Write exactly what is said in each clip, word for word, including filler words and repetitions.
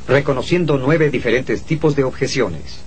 reconociendo nueve diferentes tipos de objeciones.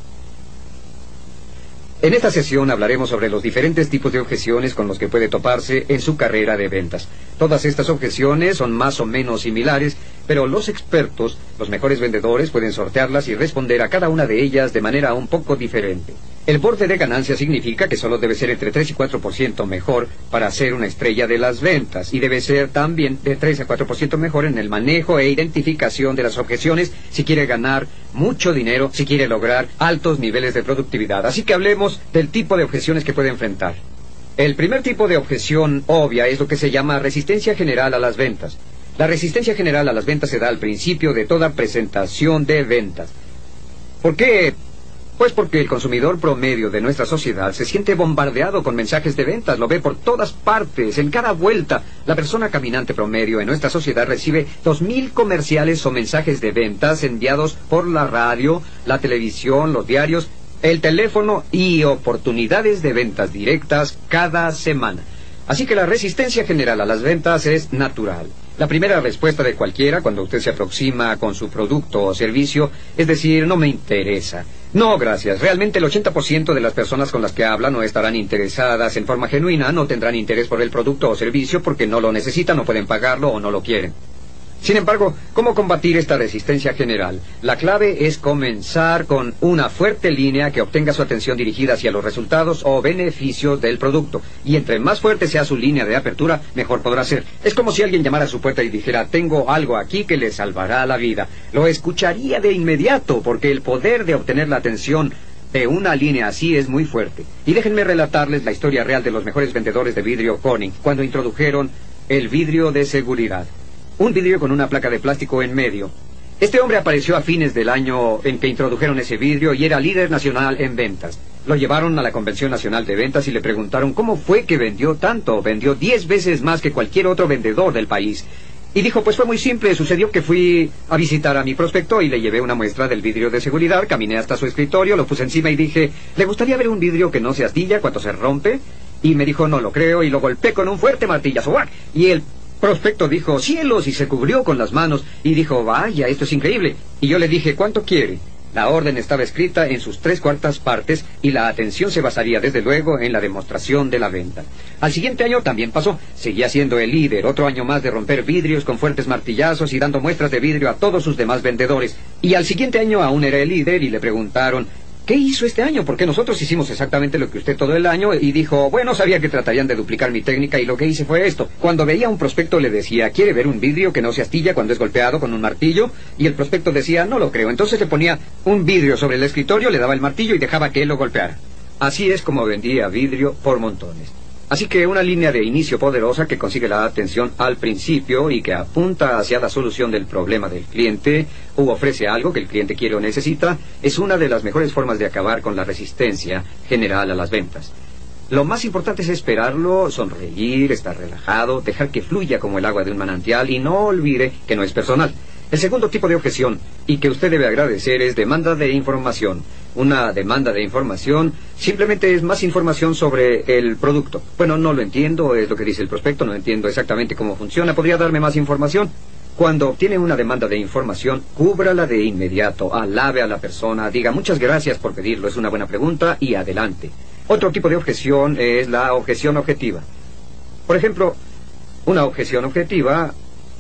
En esta sesión hablaremos sobre los diferentes tipos de objeciones con los que puede toparse en su carrera de ventas. Todas estas objeciones son más o menos similares, pero los expertos, los mejores vendedores, pueden sortearlas y responder a cada una de ellas de manera un poco diferente. El borde de ganancia significa que solo debe ser entre tres y cuatro por ciento mejor para ser una estrella de las ventas, y debe ser también de tres a cuatro por ciento mejor en el manejo e identificación de las objeciones si quiere ganar mucho dinero, si quiere lograr altos niveles de productividad. Así que hablemos del tipo de objeciones que puede enfrentar. El primer tipo de objeción obvia es lo que se llama resistencia general a las ventas. La resistencia general a las ventas se da al principio de toda presentación de ventas. ¿Por qué? Pues porque el consumidor promedio de nuestra sociedad se siente bombardeado con mensajes de ventas, lo ve por todas partes, en cada vuelta. La persona caminante promedio en nuestra sociedad recibe dos mil comerciales o mensajes de ventas enviados por la radio, la televisión, los diarios, el teléfono y oportunidades de ventas directas cada semana. Así que la resistencia general a las ventas es natural. La primera respuesta de cualquiera cuando usted se aproxima con su producto o servicio es decir, no me interesa. No, gracias. Realmente el ochenta por ciento de las personas con las que habla no estarán interesadas en forma genuina, no tendrán interés por el producto o servicio porque no lo necesitan, no pueden pagarlo o no lo quieren. Sin embargo, ¿cómo combatir esta resistencia general? La clave es comenzar con una fuerte línea que obtenga su atención dirigida hacia los resultados o beneficios del producto. Y entre más fuerte sea su línea de apertura, mejor podrá ser. Es como si alguien llamara a su puerta y dijera, tengo algo aquí que le salvará la vida. Lo escucharía de inmediato porque el poder de obtener la atención de una línea así es muy fuerte. Y déjenme relatarles la historia real de los mejores vendedores de vidrio Corning cuando introdujeron el vidrio de seguridad. Un vidrio con una placa de plástico en medio. Este hombre apareció a fines del año en que introdujeron ese vidrio y era líder nacional en ventas. Lo llevaron a la Convención Nacional de Ventas y le preguntaron cómo fue que vendió tanto. Vendió diez veces más que cualquier otro vendedor del país. Y dijo, pues fue muy simple, sucedió que fui a visitar a mi prospecto y le llevé una muestra del vidrio de seguridad, caminé hasta su escritorio, lo puse encima y dije, ¿le gustaría ver un vidrio que no se astilla cuando se rompe? Y me dijo, no lo creo, y lo golpeé con un fuerte martillazo. ¡Guac! Y el prospecto dijo, cielos, y se cubrió con las manos, y dijo, vaya, esto es increíble. Y yo le dije, ¿cuánto quiere? La orden estaba escrita en sus tres cuartas partes, y la atención se basaría desde luego en la demostración de la venta. Al siguiente año también pasó, seguía siendo el líder, otro año más de romper vidrios con fuertes martillazos y dando muestras de vidrio a todos sus demás vendedores. Y al siguiente año aún era el líder, y le preguntaron, ¿qué hizo este año? Porque nosotros hicimos exactamente lo que usted todo el año. Y dijo, bueno, sabía que tratarían de duplicar mi técnica y lo que hice fue esto. Cuando veía a un prospecto le decía, ¿quiere ver un vidrio que no se astilla cuando es golpeado con un martillo? Y el prospecto decía, no lo creo. Entonces le ponía un vidrio sobre el escritorio, le daba el martillo y dejaba que él lo golpeara. Así es como vendía vidrio por montones. Así que una línea de inicio poderosa que consigue la atención al principio y que apunta hacia la solución del problema del cliente u ofrece algo que el cliente quiere o necesita es una de las mejores formas de acabar con la resistencia general a las ventas. Lo más importante es esperarlo, sonreír, estar relajado, dejar que fluya como el agua de un manantial y no olvide que no es personal. El segundo tipo de objeción, y que usted debe agradecer, es demanda de información. Una demanda de información simplemente es más información sobre el producto. Bueno, no lo entiendo, es lo que dice el prospecto, no entiendo exactamente cómo funciona. ¿Podría darme más información? Cuando obtiene una demanda de información, cúbrala de inmediato, alabe a la persona, diga muchas gracias por pedirlo, es una buena pregunta y adelante. Otro tipo de objeción es la objeción objetiva. Por ejemplo, una objeción objetiva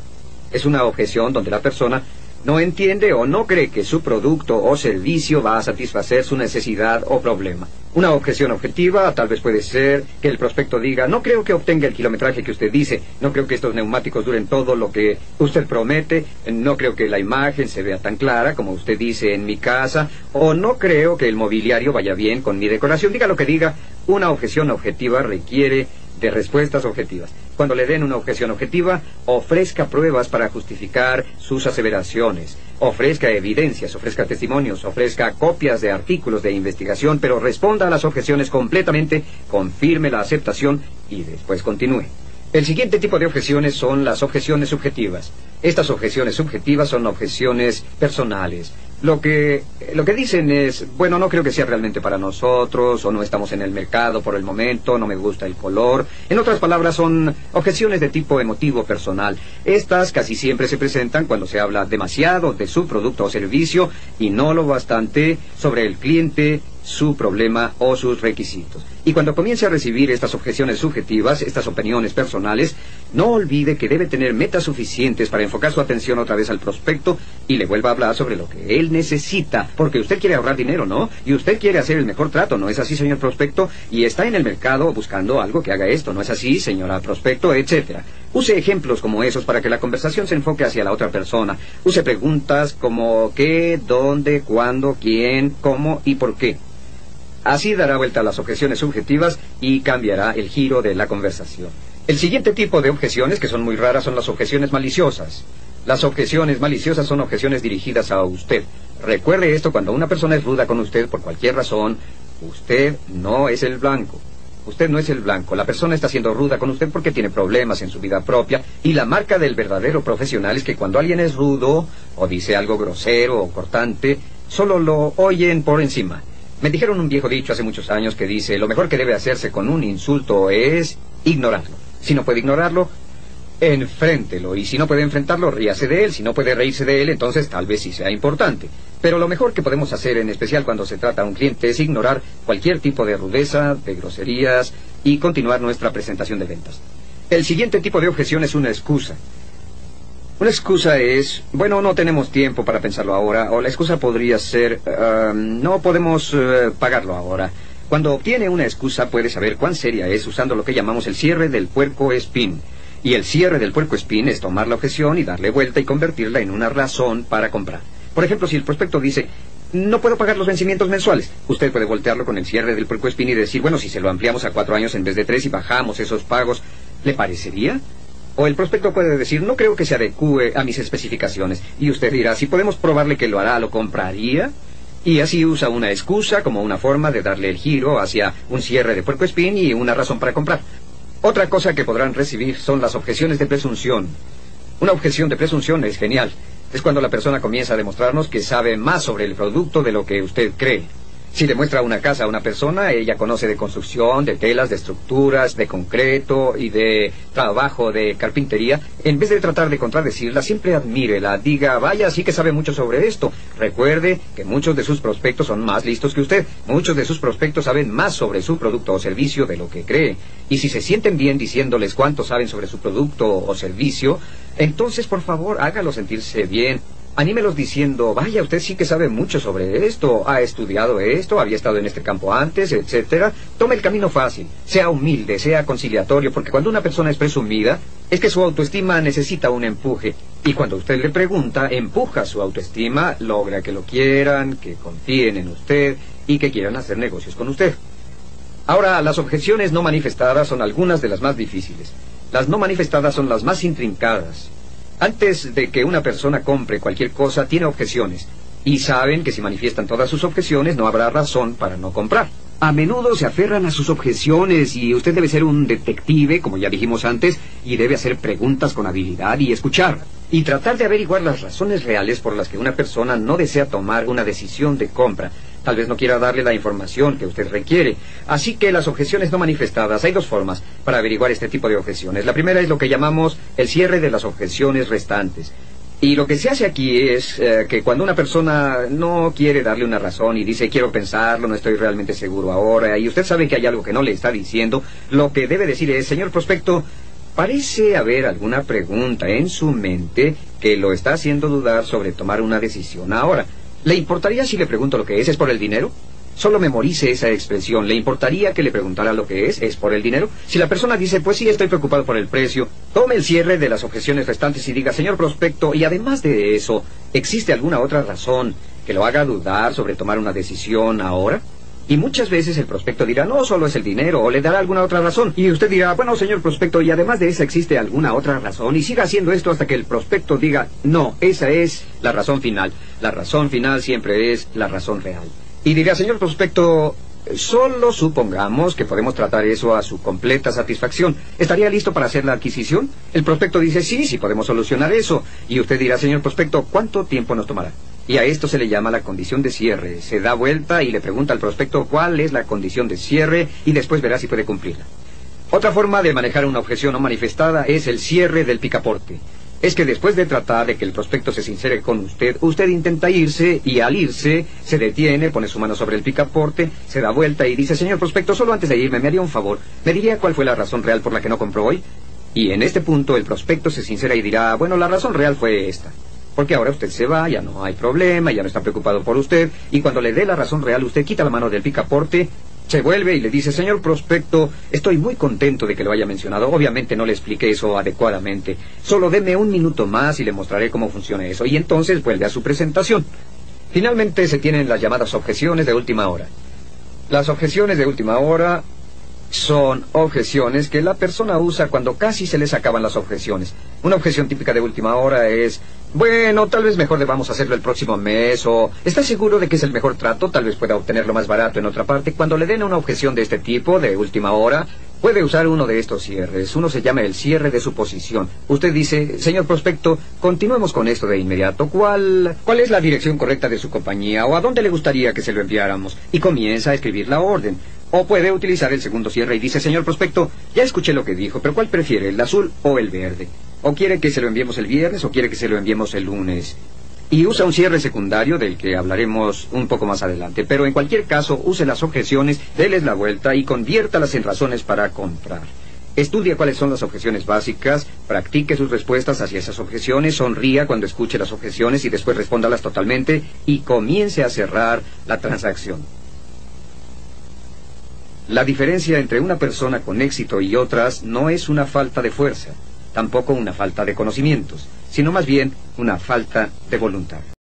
es una objeción donde la persona no entiende o no cree que su producto o servicio va a satisfacer su necesidad o problema. Una objeción objetiva tal vez puede ser que el prospecto diga, no creo que obtenga el kilometraje que usted dice, no creo que estos neumáticos duren todo lo que usted promete, no creo que la imagen se vea tan clara como usted dice en mi casa, o no creo que el mobiliario vaya bien con mi decoración. Diga lo que diga, una objeción objetiva requiere de respuestas objetivas. Cuando le den una objeción objetiva, ofrezca pruebas para justificar sus aseveraciones, ofrezca evidencias, ofrezca testimonios, ofrezca copias de artículos de investigación, pero responda a las objeciones completamente, confirme la aceptación y después continúe. El siguiente tipo de objeciones son las objeciones subjetivas. Estas objeciones subjetivas son objeciones personales. Lo que, lo que dicen es, bueno, no creo que sea realmente para nosotros, o no estamos en el mercado por el momento, no me gusta el color. En otras palabras, son objeciones de tipo emotivo personal. Estas casi siempre se presentan cuando se habla demasiado de su producto o servicio y no lo bastante sobre el cliente, su problema o sus requisitos. Y cuando comience a recibir estas objeciones subjetivas, estas opiniones personales, no olvide que debe tener metas suficientes para enfocar su atención otra vez al prospecto y le vuelva a hablar sobre lo que él necesita, porque usted quiere ahorrar dinero, ¿no? Y usted quiere hacer el mejor trato, ¿no es así, señor prospecto? Y está en el mercado buscando algo que haga esto, ¿no es así, señora prospecto? Etcétera. Use ejemplos como esos para que la conversación se enfoque hacia la otra persona. Use preguntas como qué, dónde, cuándo, quién, cómo y por qué. Así dará vuelta a las objeciones subjetivas y cambiará el giro de la conversación. El siguiente tipo de objeciones, que son muy raras, son las objeciones maliciosas. Las objeciones maliciosas son objeciones dirigidas a usted. Recuerde esto, cuando una persona es ruda con usted por cualquier razón, usted no es el blanco. Usted no es el blanco. La persona está siendo ruda con usted porque tiene problemas en su vida propia. Y la marca del verdadero profesional es que cuando alguien es rudo o dice algo grosero o cortante, solo lo oyen por encima. Me dijeron un viejo dicho hace muchos años que dice, lo mejor que debe hacerse con un insulto es ignorarlo. Si no puede ignorarlo, enfréntelo. Y si no puede enfrentarlo, ríase de él. Si no puede reírse de él, entonces tal vez sí sea importante. Pero lo mejor que podemos hacer, en especial cuando se trata a un cliente, es ignorar cualquier tipo de rudeza, de groserías y continuar nuestra presentación de ventas. El siguiente tipo de objeción es una excusa. Una excusa es, bueno, no tenemos tiempo para pensarlo ahora, o la excusa podría ser, uh, no podemos uh, pagarlo ahora. Cuando obtiene una excusa puede saber cuán seria es usando lo que llamamos el cierre del puerco espín. Y el cierre del puerco espín es tomar la objeción y darle vuelta y convertirla en una razón para comprar. Por ejemplo, si el prospecto dice, no puedo pagar los vencimientos mensuales, usted puede voltearlo con el cierre del puerco espín y decir, bueno, si se lo ampliamos a cuatro años en vez de tres y bajamos esos pagos, ¿le parecería? O el prospecto puede decir, no creo que se adecue a mis especificaciones. Y usted dirá, si podemos probarle que lo hará, ¿lo compraría? Y así usa una excusa como una forma de darle el giro hacia un cierre de puerco espín y una razón para comprar. Otra cosa que podrán recibir son las objeciones de presunción. Una objeción de presunción es genial. Es cuando la persona comienza a demostrarnos que sabe más sobre el producto de lo que usted cree. Si le muestra una casa a una persona, ella conoce de construcción, de telas, de estructuras, de concreto y de trabajo de carpintería. En vez de tratar de contradecirla, siempre admírela, diga, vaya, sí que sabe mucho sobre esto. Recuerde que muchos de sus prospectos son más listos que usted. Muchos de sus prospectos saben más sobre su producto o servicio de lo que cree. Y si se sienten bien diciéndoles cuánto saben sobre su producto o servicio, entonces, por favor, hágalo sentirse bien. Anímelos diciendo, vaya, usted sí que sabe mucho sobre esto, ha estudiado esto, había estado en este campo antes, etcétera. Tome el camino fácil, sea humilde, sea conciliatorio, porque cuando una persona es presumida, es que su autoestima necesita un empuje. Y cuando usted le pregunta, empuja su autoestima, logra que lo quieran, que confíen en usted y que quieran hacer negocios con usted. Ahora, las objeciones no manifestadas son algunas de las más difíciles. Las no manifestadas son las más intrincadas. Antes de que una persona compre cualquier cosa, tiene objeciones. Y saben que si manifiestan todas sus objeciones, no habrá razón para no comprar. A menudo se aferran a sus objeciones y usted debe ser un detective, como ya dijimos antes, y debe hacer preguntas con habilidad y escuchar. Y tratar de averiguar las razones reales por las que una persona no desea tomar una decisión de compra. Tal vez no quiera darle la información que usted requiere. Así que las objeciones no manifestadas, hay dos formas para averiguar este tipo de objeciones. La primera es lo que llamamos el cierre de las objeciones restantes. Y lo que se hace aquí es eh, que cuando una persona no quiere darle una razón y dice, quiero pensarlo, no estoy realmente seguro ahora, y usted sabe que hay algo que no le está diciendo, lo que debe decir es, señor prospecto, parece haber alguna pregunta en su mente que lo está haciendo dudar sobre tomar una decisión ahora. ¿Le importaría si le pregunto lo que es? ¿Es por el dinero? Solo memorice esa expresión. ¿Le importaría que le preguntara lo que es? ¿Es por el dinero? Si la persona dice, pues sí, estoy preocupado por el precio, tome el cierre de las objeciones restantes y diga, señor prospecto, y además de eso, ¿existe alguna otra razón que lo haga dudar sobre tomar una decisión ahora? Y muchas veces el prospecto dirá, no, solo es el dinero, o le dará alguna otra razón. Y usted dirá, bueno, señor prospecto, y además de esa existe alguna otra razón. Y siga haciendo esto hasta que el prospecto diga, no, esa es la razón final. La razón final siempre es la razón real. Y dirá, señor prospecto, solo supongamos que podemos tratar eso a su completa satisfacción. ¿Estaría listo para hacer la adquisición? El prospecto dice, sí, sí podemos solucionar eso. Y usted dirá, señor prospecto, ¿cuánto tiempo nos tomará? Y a esto se le llama la condición de cierre. Se da vuelta y le pregunta al prospecto cuál es la condición de cierre y después verá si puede cumplirla. Otra forma de manejar una objeción no manifestada es el cierre del picaporte. Es que después de tratar de que el prospecto se sincere con usted, usted intenta irse y al irse se detiene, pone su mano sobre el picaporte, se da vuelta y dice: señor prospecto, solo antes de irme me haría un favor, ¿me diría cuál fue la razón real por la que no compró hoy? Y en este punto el prospecto se sincera y dirá: bueno, la razón real fue esta. Porque ahora usted se va, ya no hay problema, ya no está preocupado por usted, y cuando le dé la razón real, usted quita la mano del picaporte, se vuelve y le dice: señor prospecto, estoy muy contento de que lo haya mencionado. Obviamente no le expliqué eso adecuadamente. Solo deme un minuto más y le mostraré cómo funciona eso. Y entonces vuelve a su presentación. Finalmente se tienen las llamadas objeciones de última hora. Las objeciones de última hora son objeciones que la persona usa cuando casi se les acaban las objeciones. Una objeción típica de última hora es: bueno, tal vez mejor debamos hacerlo el próximo mes, o ¿está seguro de que es el mejor trato? Tal vez pueda obtenerlo más barato en otra parte. Cuando le den una objeción de este tipo, de última hora, puede usar uno de estos cierres. Uno se llama el cierre de suposición. Usted dice: señor prospecto, continuemos con esto de inmediato. ¿Cuál, cuál es la dirección correcta de su compañía? ¿O a dónde le gustaría que se lo enviáramos? Y comienza a escribir la orden. O puede utilizar el segundo cierre y dice: señor prospecto, ya escuché lo que dijo, pero ¿cuál prefiere, el azul o el verde? ¿O quiere que se lo enviemos el viernes o quiere que se lo enviemos el lunes? Y usa un cierre secundario del que hablaremos un poco más adelante. Pero en cualquier caso, use las objeciones, déles la vuelta y conviértalas en razones para comprar. Estudia cuáles son las objeciones básicas, practique sus respuestas hacia esas objeciones, sonría cuando escuche las objeciones y después respóndalas totalmente y comience a cerrar la transacción. La diferencia entre una persona con éxito y otras no es una falta de fuerza, tampoco una falta de conocimientos, sino más bien una falta de voluntad.